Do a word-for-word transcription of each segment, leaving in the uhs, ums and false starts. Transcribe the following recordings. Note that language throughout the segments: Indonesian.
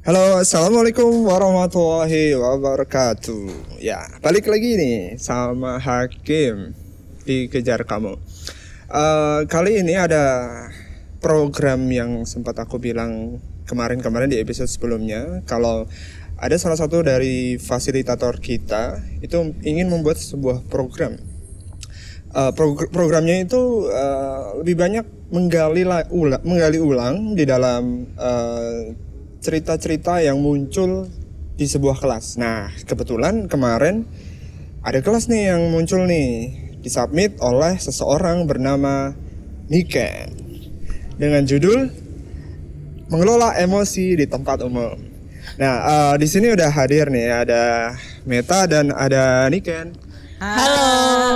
Halo, assalamualaikum warahmatullahi wabarakatuh. Ya, balik lagi nih sama Hakim di Kejar Kamu. Uh, kali ini ada program yang sempat aku bilang kemarin-kemarin di episode sebelumnya. Kalau ada salah satu dari fasilitator kita itu ingin membuat sebuah program. Uh, progr- programnya itu uh, lebih banyak menggali, la- ula- menggali ulang di dalam uh, cerita-cerita yang muncul di sebuah kelas. Nah, kebetulan kemarin ada kelas nih yang muncul nih, disubmit oleh seseorang bernama Niken dengan judul Mengelola Emosi di Tempat Umum. Nah, uh, di sini udah hadir nih, ada Meta dan ada Niken. Halo.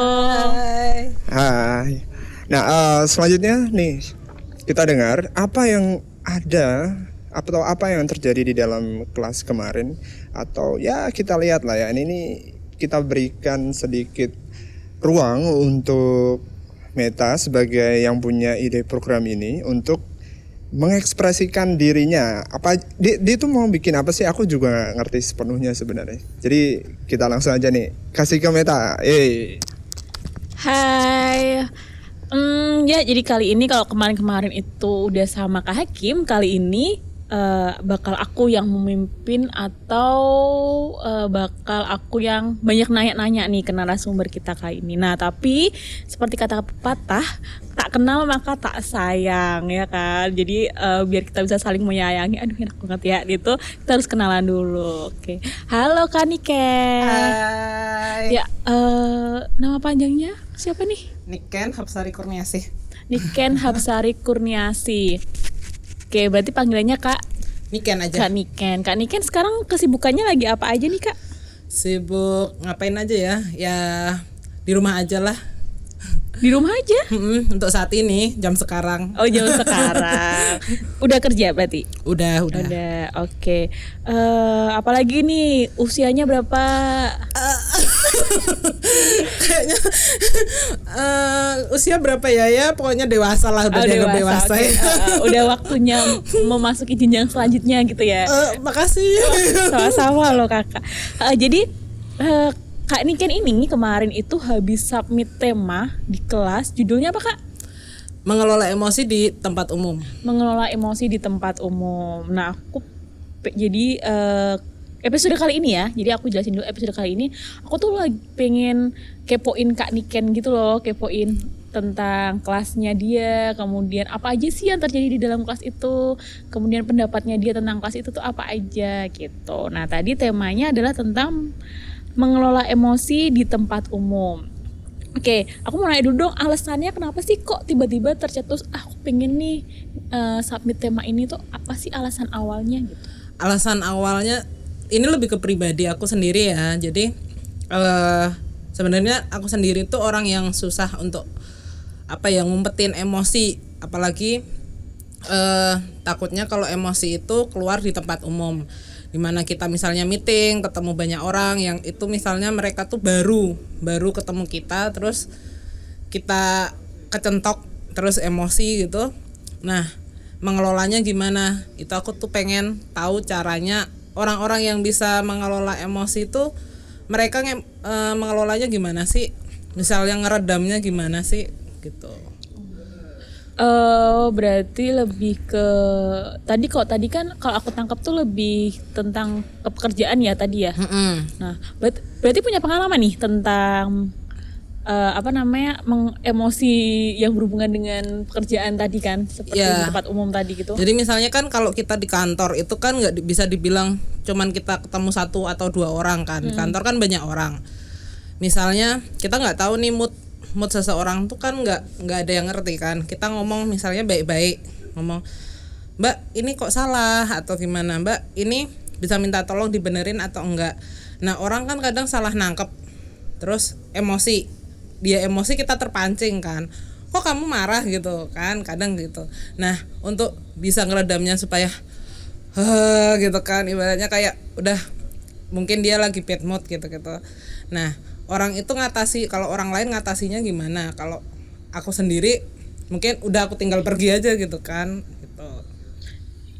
Hai. Nah, uh, selanjutnya nih kita dengar apa yang ada atau apa yang terjadi di dalam kelas kemarin, atau ya kita lihat lah ya, ini, ini kita berikan sedikit ruang untuk Meta sebagai yang punya ide program ini untuk mengekspresikan dirinya. Apa dia, dia tuh mau bikin apa sih? Aku juga ngerti sepenuhnya sebenarnya. Jadi kita langsung aja nih kasih ke Meta. Eh. Hai. Hmm, ya jadi kali ini kalau kemarin-kemarin itu udah sama Kak Hakim, kali ini Uh, bakal aku yang memimpin atau uh, bakal aku yang banyak nanya-nanya nih ke narasumber kita kali ini. Nah tapi seperti kata pepatah, tak kenal maka tak sayang ya kan. Jadi uh, biar kita bisa saling menyayangi, aduh enak banget ya gitu, kita harus kenalan dulu. Oke, halo Kak Niken. Hai. Ya uh, nama panjangnya siapa nih? Niken Hapsari Kurniasih. Niken Hapsari Kurniasih. Oke, berarti panggilannya Kak Niken aja. Kak Niken. Kak Niken sekarang kesibukannya lagi apa aja nih Kak? Sibuk ngapain aja ya? Ya di rumah aja lah. Di rumah aja? Mm-mm, untuk saat ini, jam sekarang. Oh jam sekarang. Udah kerja berarti? Udah, udah. Udah, oke. Okay. Uh, apalagi nih usianya berapa? Kayaknya uh, usia berapa ya ya? Pokoknya dewasa lah, udah oh, dianggap dewasa. Okay. Ya. Uh, udah waktunya memasuki jenjang selanjutnya gitu ya. Uh, makasih. Sama-sama loh kakak. Uh, jadi uh, Kak Niken ini kemarin itu habis submit tema di kelas, judulnya apa Kak? Mengelola emosi di tempat umum. Mengelola emosi di tempat umum. Nah aku jadi uh, episode kali ini ya, jadi aku jelasin dulu episode kali ini. Aku tuh lagi pengen kepoin Kak Niken gitu loh, kepoin tentang kelasnya dia, kemudian apa aja sih yang terjadi di dalam kelas itu, kemudian pendapatnya dia tentang kelas itu tuh apa aja gitu. Nah tadi temanya adalah tentang mengelola emosi di tempat umum. Oke, aku mau nanya dulu dong, alasannya kenapa sih kok tiba-tiba tercetus ah, aku pengen nih uh, submit tema ini tuh, apa sih alasan awalnya gitu? Alasan awalnya ini lebih ke pribadi aku sendiri ya. Jadi uh, sebenarnya aku sendiri tuh orang yang susah untuk apa ya, ngumpetin emosi, apalagi uh, takutnya kalau emosi itu keluar di tempat umum, dimana kita misalnya meeting, ketemu banyak orang yang itu misalnya mereka tuh baru baru ketemu kita, terus kita kecentok terus emosi gitu. Nah mengelolanya gimana, itu aku tuh pengen tahu caranya orang-orang yang bisa mengelola emosi itu, mereka nge- e, mengelolanya gimana sih, misalnya ngeredamnya gimana sih gitu. Uh, berarti lebih ke tadi kok tadi kan kalau aku tangkap tuh lebih tentang pekerjaan ya tadi ya. Mm-hmm. Nah, berarti, berarti punya pengalaman nih tentang uh, apa namanya meng- emosi yang berhubungan dengan pekerjaan tadi kan, seperti yeah. di tempat umum tadi gitu. Jadi misalnya kan kalau kita di kantor itu kan nggak di, bisa dibilang cuman kita ketemu satu atau dua orang kan. Di kantor kan banyak orang. Misalnya kita nggak tahu nih mood mood seseorang tuh kan nggak nggak ada yang ngerti kan. Kita ngomong misalnya baik-baik, ngomong Mbak ini kok salah atau gimana, Mbak ini bisa minta tolong dibenerin atau enggak. Nah orang kan kadang salah nangkep, terus emosi, dia emosi kita terpancing kan, kok kamu marah gitu kan, kadang gitu. Nah untuk bisa ngeredamnya supaya huh, gitu kan, ibaratnya kayak udah mungkin dia lagi bad mood gitu gitu. Nah orang itu ngatasi, kalau orang lain ngatasinya gimana? Kalau aku sendiri mungkin udah aku tinggal pergi aja gitu kan gitu.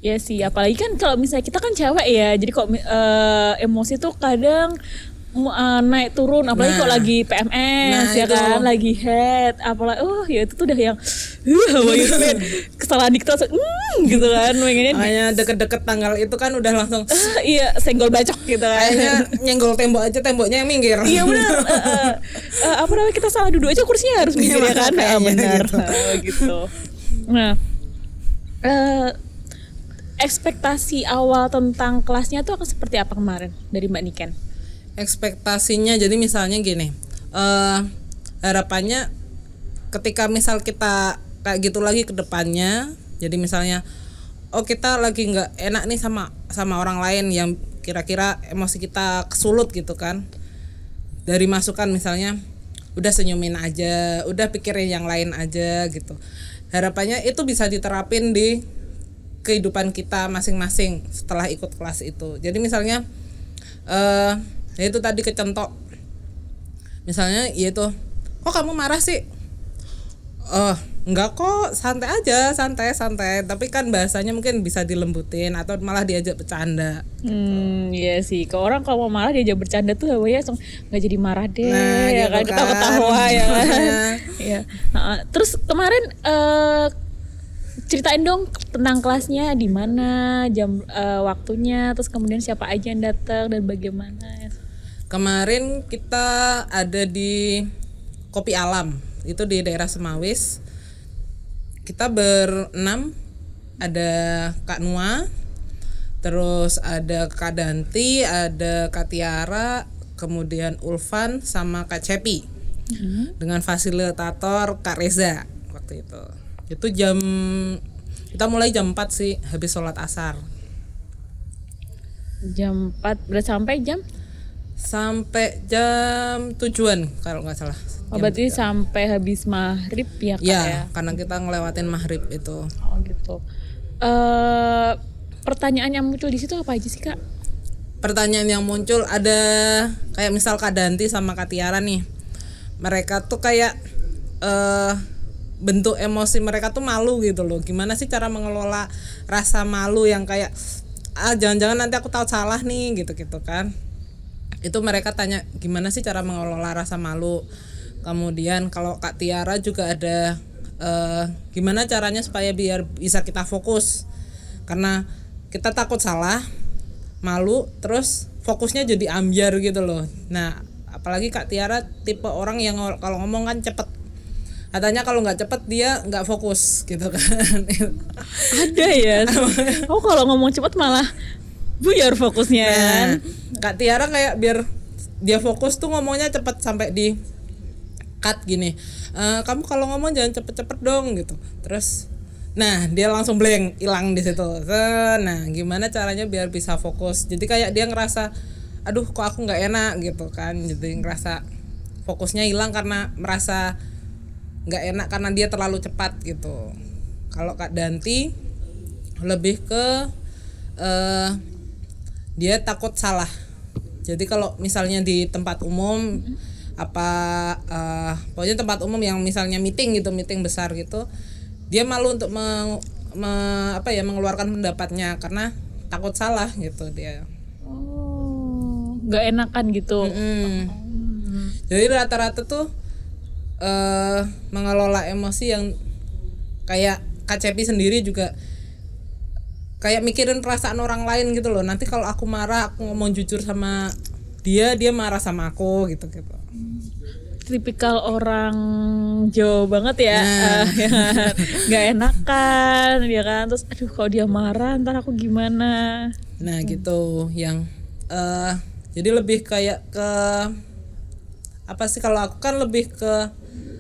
Ya sih, apalagi kan kalau misalnya kita kan cewek ya, jadi kok uh, emosi tuh kadang uh, naik turun, apalagi nah, kok lagi P M S nah, ya itu. Kan, lagi head, apalagi oh ya itu tuh udah yang uh, gitu kan, kesalahan dikit langsung mm, gitu kan, pengennya hanya deket-deket tanggal itu kan udah langsung uh, iya senggol bacok gitu kan, kayaknya nyenggol tembok aja temboknya yang minggir. Iya benar, uh, uh, uh, apa namanya kita salah duduk aja kursinya harus minggir ya kan, uh, benar gitu. Uh, gitu. Nah, uh, ekspektasi awal tentang kelasnya tuh akan seperti apa kemarin dari Mbak Niken? Ekspektasinya jadi misalnya gini, uh, harapannya ketika misal kita kayak gitu lagi ke depannya, jadi misalnya oh kita lagi nggak enak nih sama sama orang lain yang kira-kira emosi kita kesulut gitu kan, dari masukan misalnya udah senyumin aja, udah pikirin yang lain aja gitu. Harapannya itu bisa diterapin di kehidupan kita masing-masing setelah ikut kelas itu. Jadi misalnya uh, ya itu tadi kecentok, misalnya ya itu, kok kamu marah sih? Oh enggak kok, santai aja, santai santai. Tapi kan bahasanya mungkin bisa dilembutin atau malah diajak bercanda. Hmm, iya sih. Kalau orang kalau mau marah diajak bercanda tuh ya langsung nggak jadi marah deh, nah, ya gitu kan, ketawa-ketawa ya kan. Ya. Nah, terus kemarin uh, ceritain dong tentang kelasnya, di mana, jam uh, waktunya, terus kemudian siapa aja yang datang dan bagaimana. Kemarin kita ada di Kopi Alam, itu di daerah Semawis. Kita berenam, ada Kak Nua, terus ada Kak Danti, ada Kak Tiara, kemudian Ulfan sama Kak Cepi. Mm-hmm. Dengan fasilitator Kak Reza waktu itu. Itu jam, kita mulai jam empat sih, habis sholat asar. Jam empat, udah sampai jam? Sampai jam tujuan kalau nggak salah. Oh berarti tujuan. Sampai habis maghrib ya Kak ya? Ya, karena kita ngelewatin maghrib itu. Oh gitu. Uh, pertanyaan yang muncul di situ apa aja sih Kak? Pertanyaan yang muncul ada kayak misal Kak Danti sama Kak Tiara nih. Mereka tuh kayak uh, bentuk emosi mereka tuh malu gitu loh. Gimana sih cara mengelola rasa malu yang kayak ah jangan-jangan nanti aku tahu salah nih gitu-gitu kan. Itu mereka tanya gimana sih cara mengelola rasa malu. Kemudian kalau Kak Tiara juga ada uh, gimana caranya supaya biar bisa kita fokus, karena kita takut salah, malu, terus fokusnya jadi ambyar gitu loh. Nah apalagi Kak Tiara tipe orang yang kalau ngomong kan cepet, katanya kalau nggak cepet dia nggak fokus gitu kan. Ada ya. Oh kalau ngomong cepet malah buyar fokusnya. Nah, Kak Tiara kayak biar dia fokus tuh ngomongnya cepet sampai di cut gini. E, kamu kalau ngomong jangan cepet-cepet dong gitu. Terus, nah dia langsung blank, hilang di situ. Nah gimana caranya biar bisa fokus? Jadi kayak dia ngerasa, aduh kok aku nggak enak gitu kan. Jadi ngerasa fokusnya hilang karena merasa nggak enak karena dia terlalu cepat gitu. Kalau Kak Danti lebih ke uh, dia takut salah. Jadi kalau misalnya di tempat umum mm-hmm. apa uh, pokoknya tempat umum yang misalnya meeting gitu, meeting besar gitu, dia malu untuk me, me, apa ya mengeluarkan pendapatnya karena takut salah gitu dia. Oh, nggak enakan gitu. Mm-hmm. Oh. Jadi rata-rata tuh uh, mengelola emosi yang kayak Kak Cepi sendiri juga kayak mikirin perasaan orang lain gitu loh. Nanti kalau aku marah, aku ngomong jujur sama dia, dia marah sama aku gitu gitu. Tipikal orang Jawa banget ya, nah. uh, nggak enakan, ya kan. Terus, aduh kalau dia marah, ntar aku gimana? Nah gitu, yang uh, jadi lebih kayak ke apa sih? Kalau aku kan lebih ke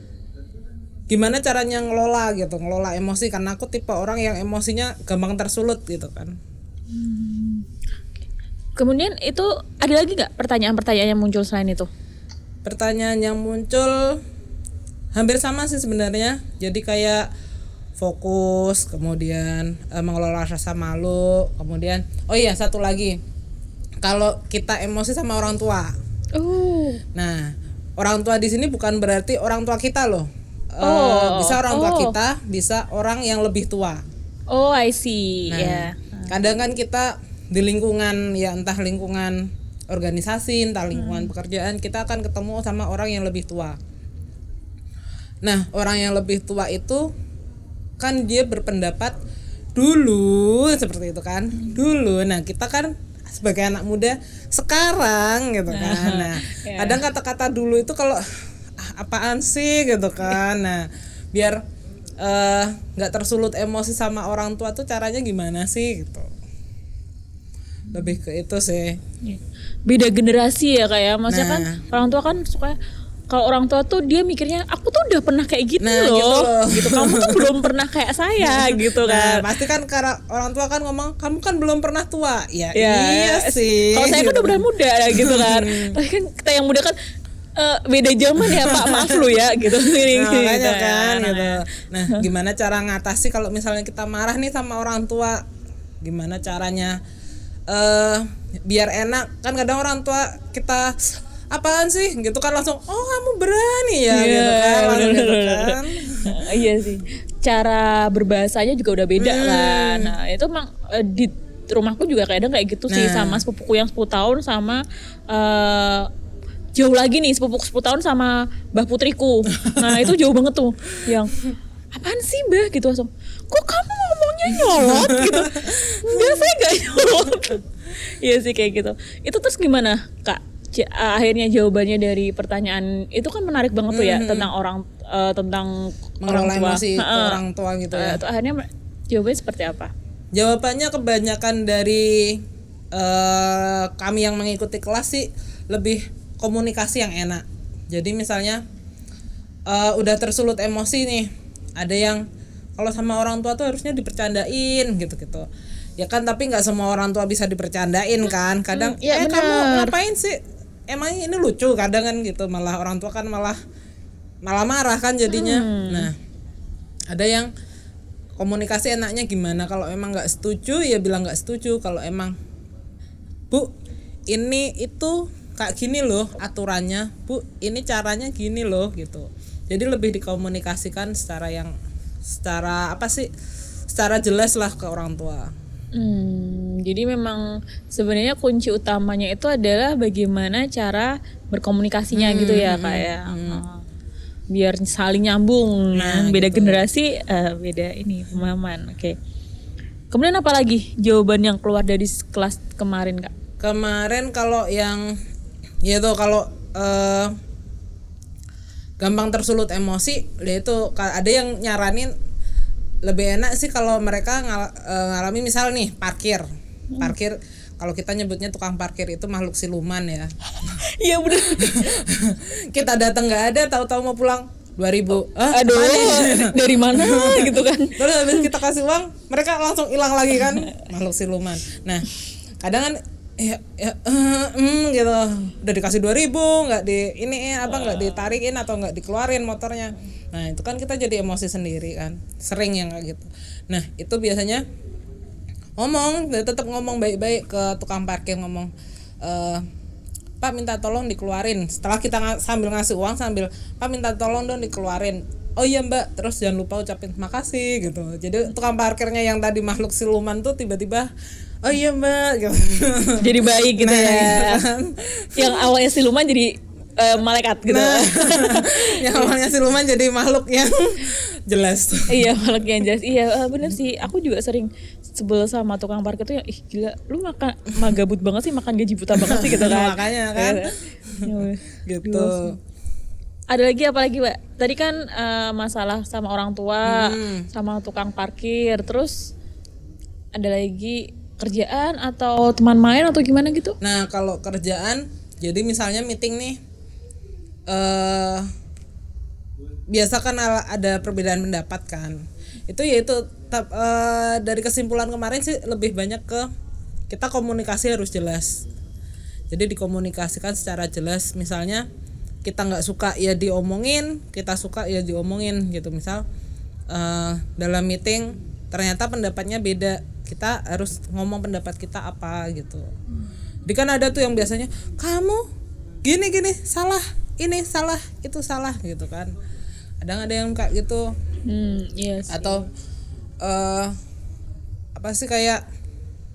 gimana caranya ngelola gitu, ngelola emosi, karena aku tipe orang yang emosinya gampang tersulut gitu kan. Hmm. Kemudian itu ada lagi nggak pertanyaan-pertanyaan yang muncul selain itu? Pertanyaan yang muncul hampir sama sih sebenarnya. Jadi kayak fokus, kemudian e, mengelola rasa malu, kemudian oh iya satu lagi, kalau kita emosi sama orang tua. Oh. Nah orang tua di sini bukan berarti orang tua kita loh. Oh, uh, bisa orang tua oh. kita, bisa orang yang lebih tua. Oh, I see. Nah, yeah. Kadang kan kita di lingkungan ya entah lingkungan organisasi, entah lingkungan hmm. pekerjaan, kita akan ketemu sama orang yang lebih tua. Nah, orang yang lebih tua itu kan dia berpendapat dulu seperti itu kan. Hmm. Dulu. Nah, kita kan sebagai anak muda sekarang gitu kan. Nah, yeah. kadang kata-kata dulu itu kalau ah, apaan sih gitu kan. Nah, biar nggak uh, tersulut emosi sama orang tua tuh caranya gimana sih gitu. Lebih ke itu sih. Beda generasi ya kayak maksudnya nah. kan orang tua kan suka kalau orang tua tuh dia mikirnya aku tuh udah pernah kayak gitu nah, loh gitu, loh. gitu kamu tuh belum pernah kayak saya gitu kan. Nah, pasti kan karena orang tua kan ngomong kamu kan belum pernah tua ya, ya iya sih. Kalau saya kan udah pernah muda gitu kan. Tapi kan kita yang muda kan uh, beda zaman ya Pak, maaf lu ya gitu. Nah, makanya kan gitu. Nah, gimana cara ngatasi kalau misalnya kita marah nih sama orang tua, gimana caranya Uh, biar enak kan. Kadang orang tua kita apaan sih gitu kan langsung oh kamu berani ya yeah, gitu kan langsung gitu kan. Iya sih, cara berbahasanya juga udah beda hmm. kan. Nah itu emang uh, di rumahku juga kadang kayak gitu nah. sih, sama sepupuku yang sepuluh tahun sama uh, jauh lagi nih sepupuku sepuluh tahun sama Mbah Putriku. Nah itu jauh banget tuh yang apaan sih Mbah gitu langsung kok kamu ngomongnya nyolot gitu. Enggak, saya gak nyolot. Iya sih kayak gitu. Itu terus gimana Kak? J- akhirnya jawabannya dari pertanyaan itu kan menarik banget tuh ya, mm-hmm. tentang orang uh, tentang mengelola orang tua. emosi uh, orang tua gitu ya. Uh, akhirnya jawabannya seperti apa? Jawabannya kebanyakan dari uh, kami yang mengikuti kelas sih lebih komunikasi yang enak. Jadi misalnya uh, udah tersulut emosi nih, ada yang kalau sama orang tua tuh harusnya dipercandain gitu-gitu. Ya kan, tapi nggak semua orang tua bisa dipercandain kan. Kadang hmm, ya eh bener. Kamu ngapain sih? Emang ini lucu kadang kan gitu. Malah orang tua kan malah malah marah kan jadinya. Hmm. Nah, ada yang komunikasi enaknya gimana? Kalau emang nggak setuju ya bilang nggak setuju. Kalau emang Bu, ini itu kayak gini loh aturannya. Bu, ini caranya gini loh gitu. Jadi lebih dikomunikasikan secara yang secara apa sih? Secara jelas lah ke orang tua. Hmm, jadi memang sebenarnya kunci utamanya itu adalah bagaimana cara berkomunikasinya hmm, gitu ya Kak ya. Hmm. Biar saling nyambung. Nah, beda gitu. Generasi uh, beda ini pemahaman. Oke. Okay. Kemudian apa lagi jawaban yang keluar dari kelas kemarin Kak? Kemarin kalau yang ya tuh kalau uh, gampang tersulut emosi, itu ada yang nyaranin lebih enak sih kalau mereka ngal- ngalami misal nih parkir. Parkir kalau kita nyebutnya tukang parkir itu makhluk siluman ya. Iya benar. Kita datang enggak ada, tahu-tahu mau pulang dua ribu. Ah, aduh, dari mana gitu kan. Terus habis kita kasih uang, mereka langsung hilang lagi kan, makhluk siluman. Nah, kadang kan ya, ya uh, mm, gitu udah dikasih dua ribu nggak di ini apa nggak ditarikin atau nggak dikeluarin motornya. Nah itu kan kita jadi emosi sendiri kan, sering yang kayak gitu. Nah itu biasanya ngomong, tetap ngomong baik-baik ke tukang parkir, ngomong e, Pak minta tolong dikeluarin. Setelah kita ng- sambil ngasih uang sambil Pak minta tolong dong dikeluarin. Oh iya Mbak, terus jangan lupa ucapin makasih gitu. Jadi tukang parkirnya yang tadi makhluk siluman tuh tiba-tiba oh iya Mbak gitu. Jadi baik gitu nah, ya. Yang awalnya siluman jadi uh, malaikat gitu. Nah, yang awalnya siluman jadi makhluk yang jelas. Iya, makhluk yang jelas. Iya, uh, bener sih. Aku juga sering sebel sama tukang parkir tuh yang ih gila, lu makan magabut banget sih, makan gaji buta banget sih gitu kan. Makanya kan. Gitu. Ada lagi apa lagi, Mbak? Tadi kan uh, masalah sama orang tua, hmm. sama tukang parkir, terus ada lagi kerjaan atau teman main atau gimana gitu? Nah kalau kerjaan, jadi misalnya meeting nih, uh, biasa kan ada perbedaan pendapat kan. Itu yaitu uh, dari kesimpulan kemarin sih lebih banyak ke kita komunikasi harus jelas. Jadi dikomunikasikan secara jelas. Misalnya kita nggak suka ya diomongin, kita suka ya diomongin gitu. Misal uh, dalam meeting ternyata pendapatnya beda, kita harus ngomong pendapat kita apa gitu. Jadi kan ada tuh yang biasanya kamu gini gini salah, ini salah, itu salah gitu kan. Kadang ada yang kayak gitu. Hmm, yes. Atau uh, apa sih kayak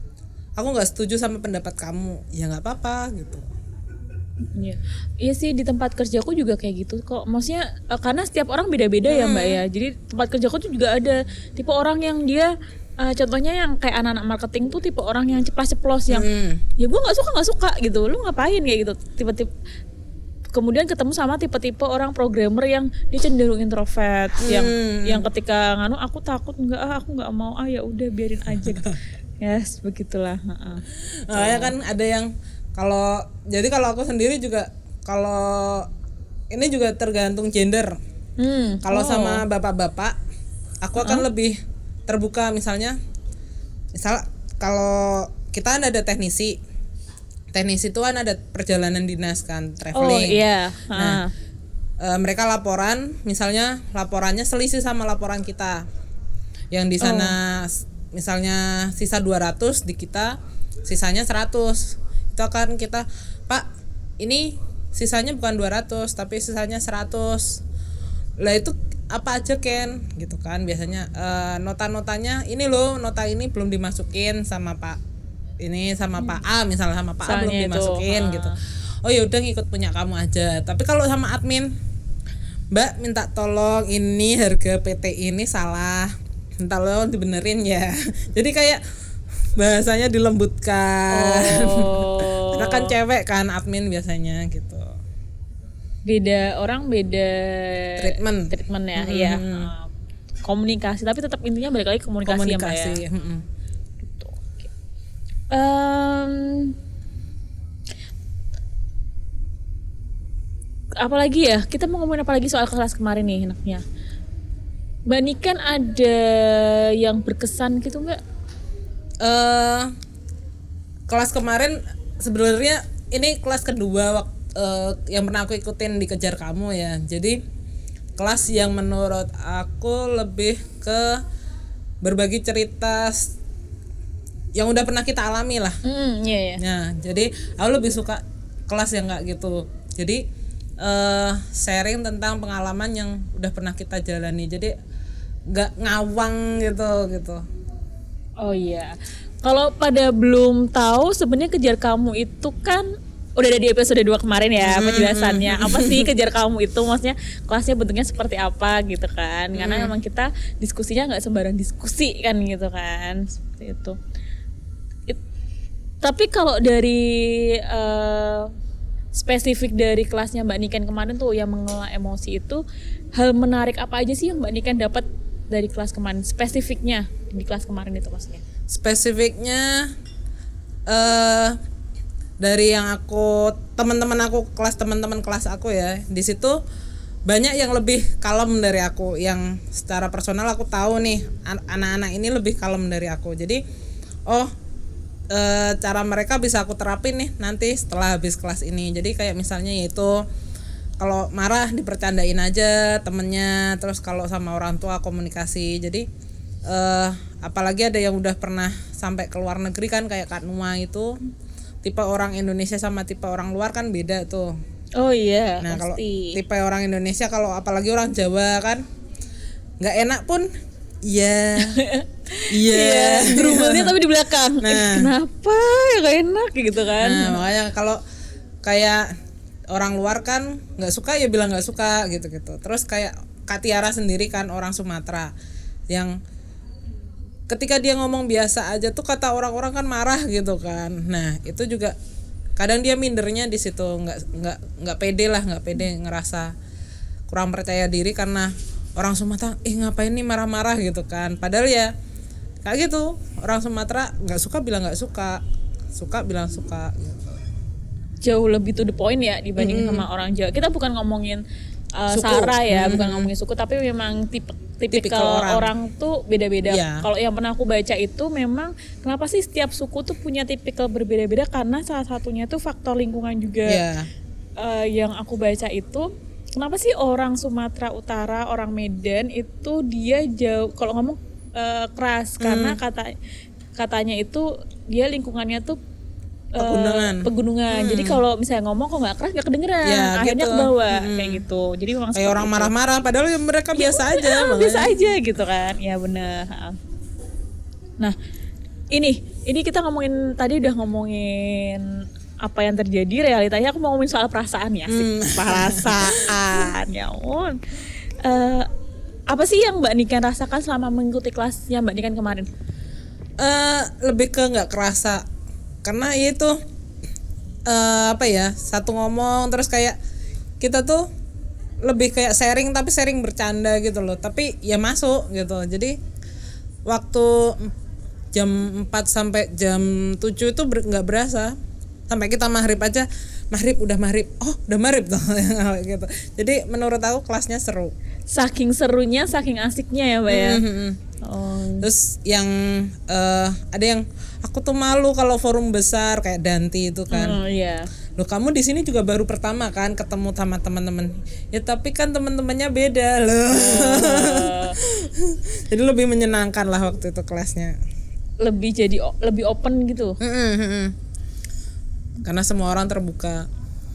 aku nggak setuju sama pendapat kamu, ya nggak apa-apa gitu. Iya, iya sih di tempat kerjaku juga kayak gitu kok. Maksudnya uh, karena setiap orang beda-beda hmm. ya mbak ya. Jadi tempat kerjaku tuh juga ada tipe orang yang dia, uh, contohnya yang kayak anak-anak marketing tuh tipe orang yang ceplas-ceplos yang, hmm. ya gue nggak suka nggak suka gitu. Lu ngapain kayak gitu? Tipe-tipe. Kemudian ketemu sama tipe-tipe orang programmer yang dia cenderung introvert, hmm. yang yang ketika nganu aku takut nggak ah aku nggak mau ah ya udah biarin aja. Yes, begitulah. Uh-uh. Makanya kan ada yang kalau jadi kalau aku sendiri juga kalau ini juga tergantung gender. Hmm. Kalau oh. sama bapak-bapak, aku akan uh-huh. lebih terbuka misalnya. Misal kalau kita kan ada teknisi, teknisi itu kan ada perjalanan dinas kan, traveling. Oh iya. Uh. Nah, e, mereka laporan, misalnya laporannya selisih sama laporan kita. Yang di sana oh. misalnya sisa dua ratus, di kita sisanya seratus. Itu akan kita, Pak, ini sisanya bukan dua ratus tapi sisanya seratus. Lah itu apa aja Ken gitu kan biasanya e, nota-notanya ini loh, nota ini belum dimasukin sama Pak ini sama hmm. Pak A misalnya sama Pak Misalnya A belum dimasukin itu. Gitu. Oh ya udah ngikut punya kamu aja. Tapi kalau sama admin, Mbak minta tolong ini harga P T ini salah. Minta tolong dibenerin ya. Jadi kayak bahasanya dilembutkan. Oh. Karena kan cewek kan admin biasanya gitu. Beda orang beda treatment treatment ya, hmm. ya. Komunikasi tapi tetap intinya balik lagi komunikasi, komunikasi ya, Mbak ya. Hmm. Gitu. Um, apalagi ya? Kita mau ngomongin apa lagi soal kelas kemarin nih enaknya? Mbak Niken ada yang berkesan gitu Mbak? Uh, kelas kemarin sebenarnya ini kelas kedua waktu uh, yang pernah aku ikutin di Kejar Kamu ya. Jadi kelas yang menurut aku lebih ke berbagi cerita yang udah pernah kita alami lah. Mm, yeah, yeah. Nah, jadi aku lebih suka kelas yang nggak gitu. Jadi uh, sharing tentang pengalaman yang udah pernah kita jalani. Jadi nggak ngawang gitu gitu. Oh iya, kalau pada belum tahu sebenarnya Kejar Kamu itu kan udah ada di episode dua kemarin ya penjelasannya. Apa sih Kejar Kamu itu, maksudnya kelasnya bentuknya seperti apa gitu kan. Karena memang kita diskusinya nggak sembarang diskusi kan gitu kan, seperti itu. It, tapi kalau dari uh, spesifik dari kelasnya Mbak Niken kemarin tuh yang mengelola emosi itu, hal menarik apa aja sih yang Mbak Niken dapat dari kelas kemarin, spesifiknya di kelas kemarin itu maksudnya? Spesifiknya uh, dari yang aku teman-teman aku kelas teman-teman kelas aku ya, di situ banyak yang lebih kalem dari aku, yang secara personal aku tahu nih anak-anak ini lebih kalem dari aku. Jadi oh uh, cara mereka bisa aku terapin nih nanti setelah habis kelas ini. Jadi kayak misalnya yaitu kalau marah dipercandain aja temennya, terus kalau sama orang tua komunikasi. Jadi uh, apalagi ada yang udah pernah sampai ke luar negeri kan, kayak Kak Nua itu tipe orang Indonesia sama tipe orang luar kan beda tuh. Oh iya. Nah kalau tipe orang Indonesia, kalau apalagi orang Jawa kan nggak enak pun iya iya berubahnya tapi di belakang. Nah, eh, kenapa ya nggak enak gitu kan? Nah makanya kalau kayak orang luar kan nggak suka ya bilang nggak suka gitu-gitu. Terus kayak Kak Tiara sendiri kan orang Sumatera yang ketika dia ngomong biasa aja tuh kata orang-orang kan marah gitu kan. Nah itu juga kadang dia mindernya di situ, nggak nggak nggak pede lah, nggak pede, ngerasa kurang percaya diri karena orang Sumatera eh ngapain nih marah-marah gitu kan. Padahal ya kayak gitu, orang Sumatera nggak suka bilang nggak suka, suka bilang suka gitu. Jauh lebih to the point ya dibanding mm. sama orang Jawa. Kita bukan ngomongin uh, sara ya, mm. bukan ngomongin suku, tapi memang tipe tipikal orang. orang tuh beda-beda. Yeah. Kalau yang pernah aku baca itu memang kenapa sih setiap suku tuh punya tipikal berbeda-beda, karena salah satunya tuh faktor lingkungan juga. Yeah. Uh, yang aku baca itu kenapa sih orang Sumatera Utara, orang Medan itu dia jauh kalau ngomong uh, keras mm. karena kata katanya itu dia lingkungannya tuh pegunungan, uh, pegunungan. Hmm. Jadi kalau misalnya ngomong kok nggak keras nggak kedengeran, ya, akhirnya gitu. ke bawah hmm. kayak gitu. Jadi memang kayak orang marah-marah, padahal mereka ya, biasa aja, biasa aja gitu kan. Ya benar. Nah ini ini kita ngomongin tadi udah ngomongin apa yang terjadi, realitanya aku mau ngomongin soal perasaan ya sih. Hmm. Perasaan ya ampun. Uh, apa sih yang Mbak Niken rasakan selama mengikuti kelasnya Mbak Niken kemarin? Uh, lebih ke nggak kerasa karena itu uh, apa ya satu ngomong terus kayak kita tuh lebih kayak sharing tapi sharing bercanda gitu loh, tapi ya masuk gitu. Jadi waktu jam empat sampai jam tujuh itu nggak ber- berasa sampai kita maghrib aja, maghrib udah maghrib, oh udah maghrib tuh gitu. Jadi menurut aku kelasnya seru. Saking serunya, saking asiknya ya Mbak ya. Mm-hmm. Oh. Terus yang uh, ada yang aku tuh malu kalau forum besar kayak Danti itu kan. Oh iya. Loh kamu di sini juga baru pertama kan ketemu sama teman-teman. Ya tapi kan teman-temannya beda loh. Oh. Jadi lebih menyenangkan lah waktu itu kelasnya. Lebih jadi lebih open gitu. Mm-hmm. Karena semua orang terbuka.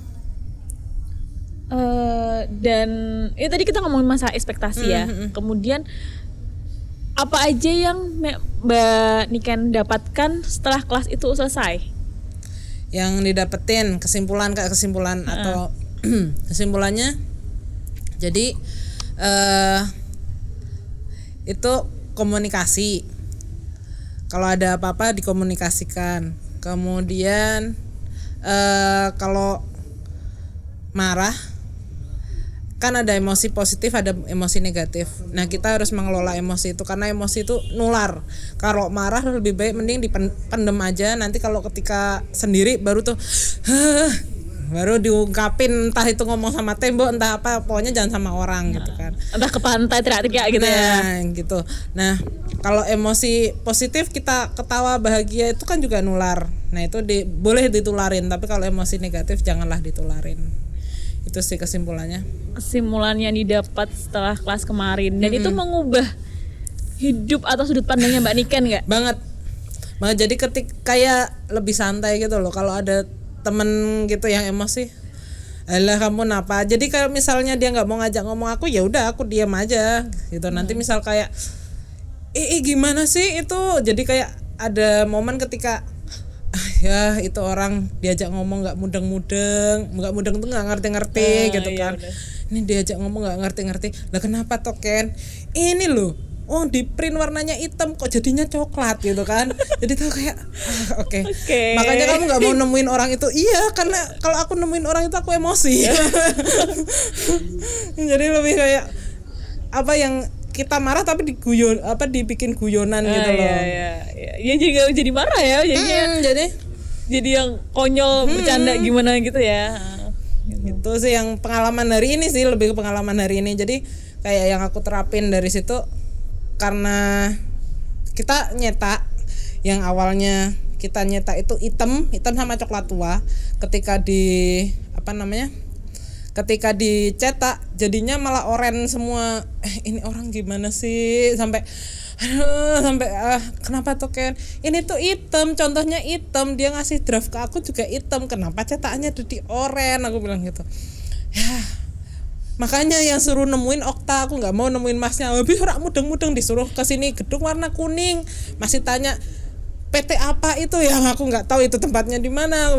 Uh, dan ya tadi kita ngomongin masalah ekspektasi ya. Mm-hmm. Kemudian apa aja yang Mbak Niken dapatkan setelah kelas itu selesai? Yang didapetin kesimpulan kayak kesimpulan uh. atau kesimpulannya. Jadi uh, itu komunikasi. Kalau ada apa-apa dikomunikasikan. Kemudian uh, kalau marah kan ada emosi positif, ada emosi negatif. Nah kita harus mengelola emosi itu karena emosi itu nular. Kalau marah lebih baik mending dipendem aja. Nanti kalau ketika sendiri baru tuh baru diungkapin, entah itu ngomong sama tembok, entah apa, pokoknya jangan sama orang nah, gitu kan. Entah ke pantai teriak-teriak gitu nah, ya. gitu. Nah kalau emosi positif kita ketawa bahagia itu kan juga nular. Nah itu di, boleh ditularin, tapi kalau emosi negatif janganlah ditularin. Itu sih kesimpulannya. Kesimpulan yang didapat setelah kelas kemarin. Dan mm-hmm. itu mengubah hidup atau sudut pandangnya Mbak Niken nggak? Banget. Banget. Jadi ketik kayak lebih santai gitu loh. Kalau ada temen gitu yang emosi, alah kamu napa? Jadi kalau misalnya dia nggak mau ngajak ngomong aku, ya udah aku diam aja gitu. Nanti misal kayak, eh, eh gimana sih itu? Jadi kayak ada momen ketika ah, ya itu orang diajak ngomong nggak mudeng-mudeng, nggak mudeng tuh nggak ngerti-ngerti oh, gitu kan. Iya, ini diajak ngomong nggak ngerti-ngerti. Lah kenapa token? Ini loh, oh di print warnanya hitam kok jadinya coklat gitu kan. Jadi tuh kayak ah, oke. Okay. Okay. Makanya kamu nggak mau nemuin orang itu. Iya karena kalau aku nemuin orang itu aku emosi. Jadi lebih kayak apa yang kita marah tapi diguyon apa dibikin guyonan ah, gitu loh. Iya iya iya. Ya juga jadi marah ya jadinya. Hmm, jadi jadi yang konyol hmm. bercanda gimana gitu ya. Itu sih yang pengalaman hari ini sih, lebih ke pengalaman hari ini. Jadi kayak yang aku terapin dari situ karena kita nyetak yang awalnya kita nyetak itu hitam, hitam sama coklat tua, ketika di apa namanya? Ketika dicetak jadinya malah oranye semua. Eh ini orang gimana sih sampai aduh, sampai ah kenapa tuh Ken? Ini tuh hitam, contohnya hitam, dia ngasih draft ke aku juga hitam, kenapa cetakannya jadi oranye? Aku bilang gitu. Ya makanya yang suruh nemuin Okta, aku nggak mau nemuin Masnya. Habis orang mudeng-mudeng disuruh ke sini gedung warna kuning, masih tanya P T apa itu ya, aku nggak tahu itu tempatnya di mana.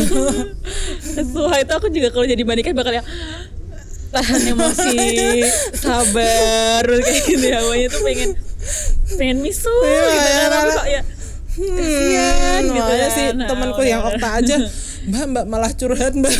Setelah itu aku juga kalau jadi bandingkan bakal ya tahan emosi, sabar kayak gitu ya. Pokoknya tuh pengen pengen misu ya, gitu ya, kan. Tapi kok ya kasihan hmm, gitu ya sih nah, temanku yang Okta aja mbak mbak malah curhat mbak.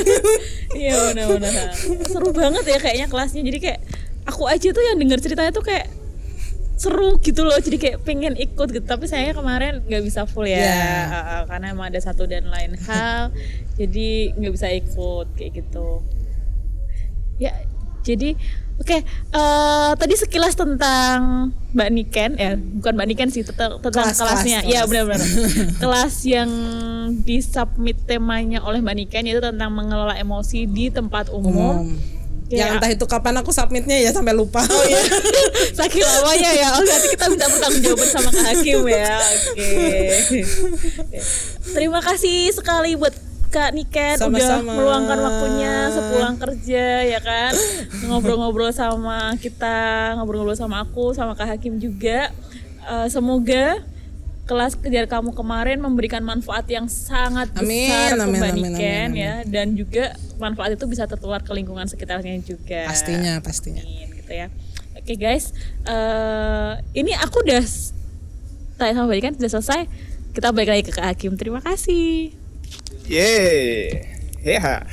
Iya benar-benar seru banget ya kayaknya kelasnya. Jadi kayak aku aja tuh yang denger ceritanya tuh kayak seru gitu loh, jadi kayak pengen ikut gitu. Tapi sayangnya kemarin nggak bisa full ya, yeah. uh, karena emang ada satu dan lain hal, jadi nggak bisa ikut kayak gitu. Ya, jadi oke. Okay, uh, tadi sekilas tentang Mbak Niken, ya bukan Mbak Niken sih, tentang, tentang kelas, kelasnya. Kelas, ya benar-benar. Kelas yang disubmit temanya oleh Mbak Niken yaitu tentang mengelola emosi di tempat umum. umum. Ya, yang entah itu kapan aku submitnya ya sampai lupa. Oh iya. Saking lamanya ya. Oh nanti kita minta pertanggungjawaban sama Kak Hakim ya. Oke. Okay. Terima kasih sekali buat Kak Niken udah meluangkan waktunya sepulang kerja ya kan. Ngobrol-ngobrol sama kita, ngobrol-ngobrol sama aku, sama Kak Hakim juga. Uh, semoga kelas kejar kamu kemarin memberikan manfaat yang sangat Amin, besar ke amin, Mbak amin, Niken amin, ya, dan juga manfaat itu bisa tertular ke lingkungan sekitarnya juga. Pastinya, pastinya. Amin, gitu ya. Oke guys, uh, ini aku udah tanya sama Mbak Niken sudah selesai. Kita balik lagi ke Kak Hakim. Terima kasih. Yeay, ya.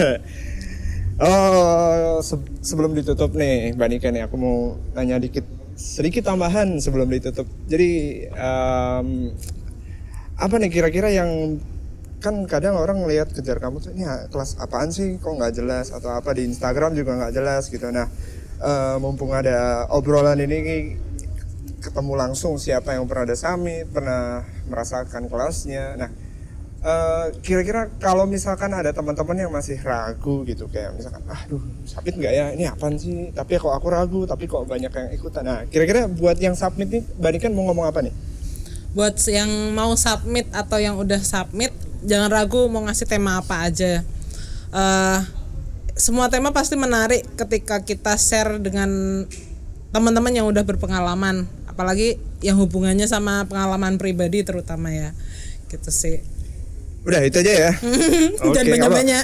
Oh, se- sebelum ditutup nih, Mbak Niken nih, aku mau nanya dikit, sedikit tambahan sebelum ditutup. Jadi, um, apa nih kira-kira yang kan kadang orang lihat kejar kamu tuh, ini kelas apaan sih, kok nggak jelas atau apa di Instagram juga nggak jelas gitu. Nah, uh, mumpung ada obrolan ini, ketemu langsung siapa yang pernah ada summit, pernah merasakan kelasnya. Nah, Uh, kira-kira kalau misalkan ada teman-teman yang masih ragu gitu, kayak misalkan, aduh submit nggak ya, ini apaan sih, tapi kok aku ragu, tapi kok banyak yang ikutan. Nah, kira-kira buat yang submit nih, Mbak Niken mau ngomong apa nih? Buat yang mau submit atau yang udah submit, jangan ragu mau ngasih tema apa aja. Uh, semua tema pasti menarik ketika kita share dengan teman-teman yang udah berpengalaman, apalagi yang hubungannya sama pengalaman pribadi terutama ya, gitu sih. Udah itu aja ya. Jangan banyak-banyak.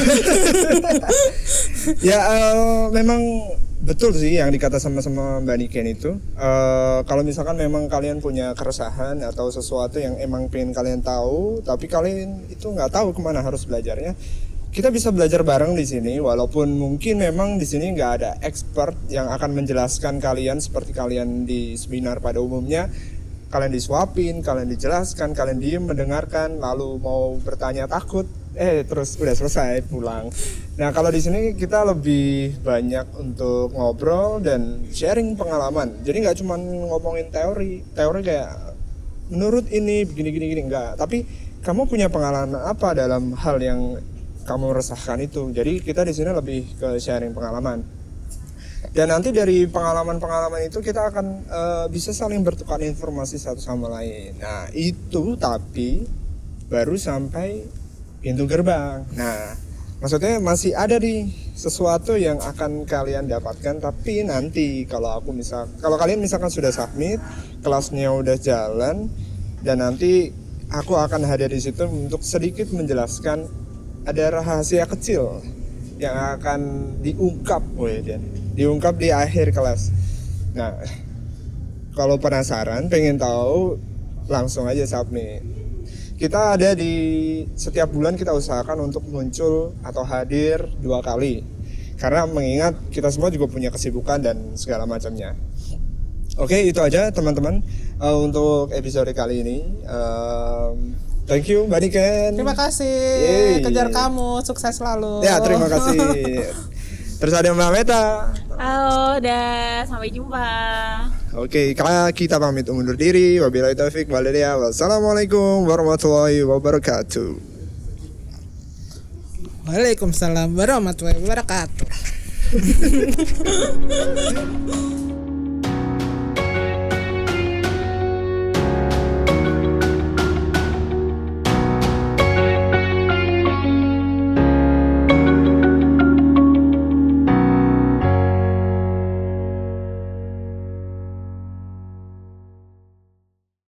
Ya uh, memang betul sih yang dikata sama-sama Mbak Niken itu. Uh, kalau misalkan memang kalian punya keresahan atau sesuatu yang emang pengen kalian tahu, tapi kalian itu nggak tahu kemana harus belajarnya, kita bisa belajar bareng di sini. Walaupun mungkin memang di sini nggak ada expert yang akan menjelaskan kalian seperti kalian di seminar pada umumnya. Kalian disuapin, kalian dijelaskan, kalian diem mendengarkan, lalu mau bertanya takut, eh terus udah selesai pulang. Nah kalau di sini kita lebih banyak untuk ngobrol dan sharing pengalaman. Jadi nggak cuma ngomongin teori, teori kayak menurut ini begini-gini gini enggak. Tapi kamu punya pengalaman apa dalam hal yang kamu resahkan itu. Jadi kita di sini lebih ke sharing pengalaman. Dan nanti dari pengalaman-pengalaman itu kita akan uh, bisa saling bertukar informasi satu sama lain. Nah itu tapi baru sampai pintu gerbang. Nah maksudnya masih ada nih sesuatu yang akan kalian dapatkan. Tapi nanti kalau aku misal, kalau kalian misalkan sudah submit, kelasnya udah jalan, dan nanti aku akan hadir di situ untuk sedikit menjelaskan ada rahasia kecil yang akan diungkap, woy, dan diungkap di akhir kelas. Nah, kalau penasaran, pengen tahu, langsung aja submit. Kita ada di setiap bulan kita usahakan untuk muncul atau hadir dua kali, karena mengingat kita semua juga punya kesibukan dan segala macamnya. Oke, itu aja teman-teman uh, untuk episode kali ini. Um, Thank you Mbak Niken. Terima kasih. Yeay. Kejar kamu, sukses selalu. Ya, terima kasih. Terus ada Mbak Meta. Halo, dah sampai jumpa. Oke, kita pamit undur diri. Wabillahi taufik wal hidayah. Wassalamualaikum warahmatullahi wabarakatuh. Waalaikumsalam warahmatullahi wabarakatuh.